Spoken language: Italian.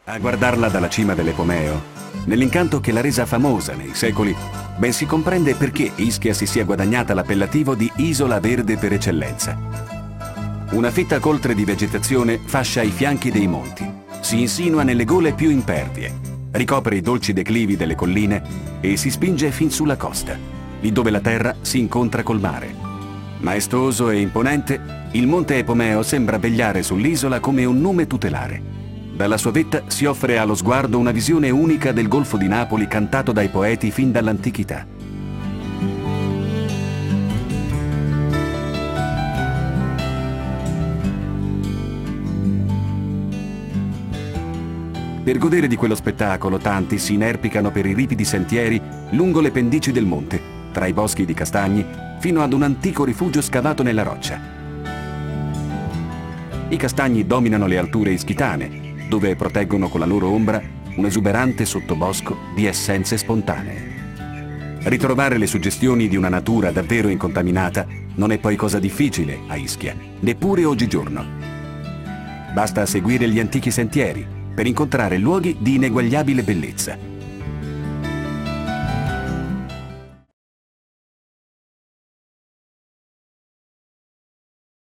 A guardarla dalla cima dell'Epomeo, nell'incanto che l'ha resa famosa nei secoli, ben si comprende perché Ischia si sia guadagnata l'appellativo di isola verde per eccellenza. Una fitta coltre di vegetazione fascia i fianchi dei monti, si insinua nelle gole più impervie, ricopre i dolci declivi delle colline e si spinge fin sulla costa, lì dove la terra si incontra col mare. Maestoso e imponente, il monte Epomeo sembra vegliare sull'isola come un nume tutelare. Dalla sua vetta si offre allo sguardo una visione unica del Golfo di Napoli cantato dai poeti fin dall'antichità. Per godere di quello spettacolo, tanti si inerpicano per i ripidi sentieri lungo le pendici del monte, tra i boschi di castagni, fino ad un antico rifugio scavato nella roccia. I castagni dominano le alture ischitane, dove proteggono con la loro ombra un esuberante sottobosco di essenze spontanee. Ritrovare le suggestioni di una natura davvero incontaminata non è poi cosa difficile a Ischia, neppure oggigiorno. Basta seguire gli antichi sentieri per incontrare luoghi di ineguagliabile bellezza.